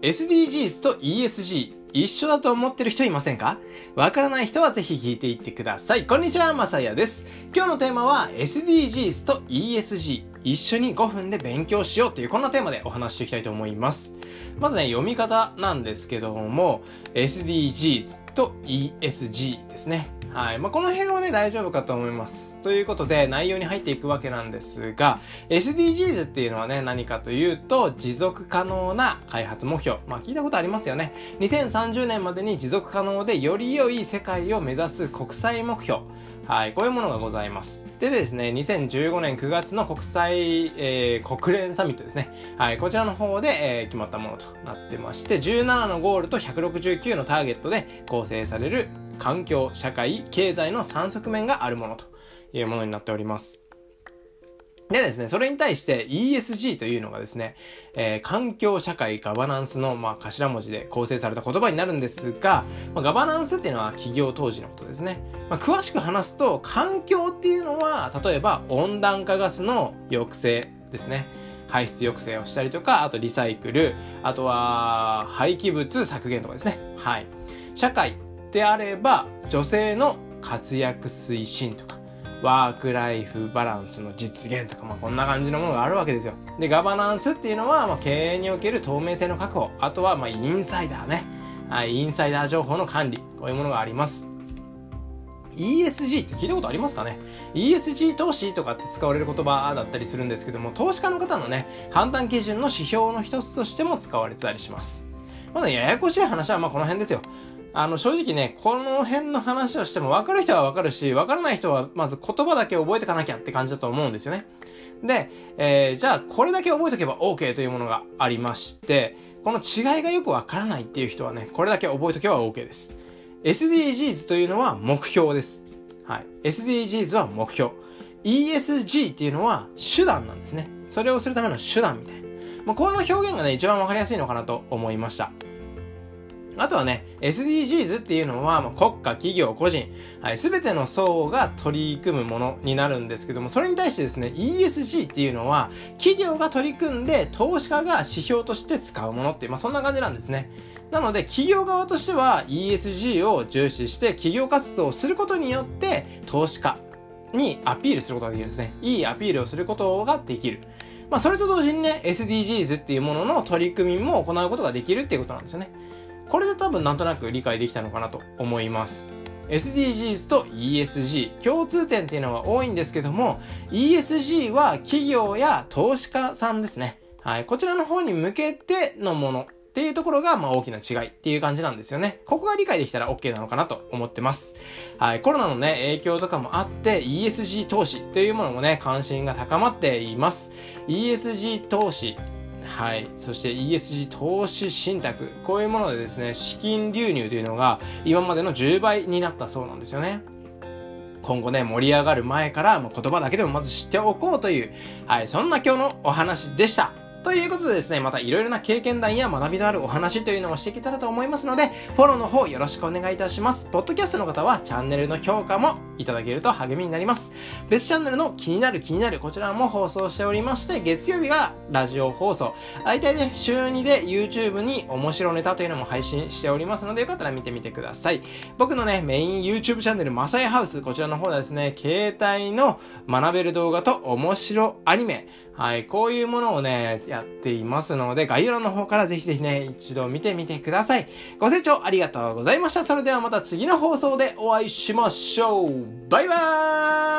SDGs と ESG、一緒だと思ってる人いませんか？わからない人はぜひ聞いていってください。こんにちは、まさやです。今日のテーマは SDGs と ESG、一緒に5分で勉強しようというこんなテーマでお話していきたいと思います。まずね、読み方なんですけども、SDGs と ESG ですね。はい。この辺はね、大丈夫かと思います。ということで、内容に入っていくわけなんですが、SDGs っていうのはね、何かというと、持続可能な開発目標。聞いたことありますよね。2030年までに持続可能でより良い世界を目指す国際目標。はい。こういうものがございます。でですね、2015年9月の国際、国連サミットですね。はい。こちらの方で、決まったものとなってまして、17のゴールと169のターゲットで構成される環境、社会、経済の3側面があるものというものになっております。でですね、それに対して ESG というのがですね、環境、社会、ガバナンスの頭文字で構成された言葉になるんですが、ガバナンスっていうのは企業当時のことですね。詳しく話すと、環境っていうのは、例えば温暖化ガスの抑制ですね。排出抑制をしたりとか、あとリサイクル、あとは廃棄物削減とかですね。はい。社会であれば女性の活躍推進とかワークライフバランスの実現とかこんな感じのものがあるわけですよ。でガバナンスっていうのは経営における透明性の確保、あとはインサイダーね、インサイダー情報の管理、こういうものがあります。ESG って聞いたことありますかね？ ESG 投資とかって使われる言葉だったりするんですけども、投資家の方のね判断基準の指標の一つとしても使われてたりします。ややこしい話はこの辺ですよ。正直ね、この辺の話をしても分かる人は分かるし、分からない人はまず言葉だけ覚えていかなきゃって感じだと思うんですよね。で、じゃあこれだけ覚えておけば OK というものがありまして、この違いがよく分からないっていう人はね、これだけ覚えておけば OK です。SDGs というのは目標です。はい。SDGs は目標。ESG っていうのは手段なんですね。それをするための手段みたいな。この表現がね、一番分かりやすいのかなと思いました。あとはね、SDGs っていうのは、国家、企業、個人、すべての層が取り組むものになるんですけども、それに対してですね、ESG っていうのは、企業が取り組んで、投資家が指標として使うものっていう、そんな感じなんですね。なので、企業側としては ESG を重視して、企業活動をすることによって、投資家にアピールすることができるんですね。いいアピールをすることができる。それと同時にね、SDGs っていうものの取り組みも行うことができるっていうことなんですよね。これで多分なんとなく理解できたのかなと思います。SDGs と ESG、共通点っていうのは多いんですけども、ESG は企業や投資家さんですね。はい。こちらの方に向けてのものっていうところが大きな違いっていう感じなんですよね。ここが理解できたら OK なのかなと思ってます。はい。コロナのね、影響とかもあって ESG 投資っていうものもね、関心が高まっています。ESG 投資。はい。そして ESG 投資信託。こういうものでですね、資金流入というのが今までの10倍になったそうなんですよね。今後ね、盛り上がる前から言葉だけでもまず知っておこうという、そんな今日のお話でした。ということでですね、またいろいろな経験談や学びのあるお話というのをしていけたらと思いますので、フォローの方よろしくお願いいたします。ポッドキャストの方はチャンネルの評価もいただけると励みになります。別チャンネルの気になる、こちらも放送しておりまして、月曜日がラジオ放送。大体ね、週2で YouTube に面白ネタというのも配信しておりますので、よかったら見てみてください。僕のね、メイン YouTube チャンネル、マサイハウス。こちらの方ではですね、携帯の学べる動画と面白アニメ。はい、こういうものをね、やっていますので、概要欄の方からぜひぜひね、一度見てみてください。ご清聴ありがとうございました。それではまた次の放送でお会いしましょう。バイバーイ。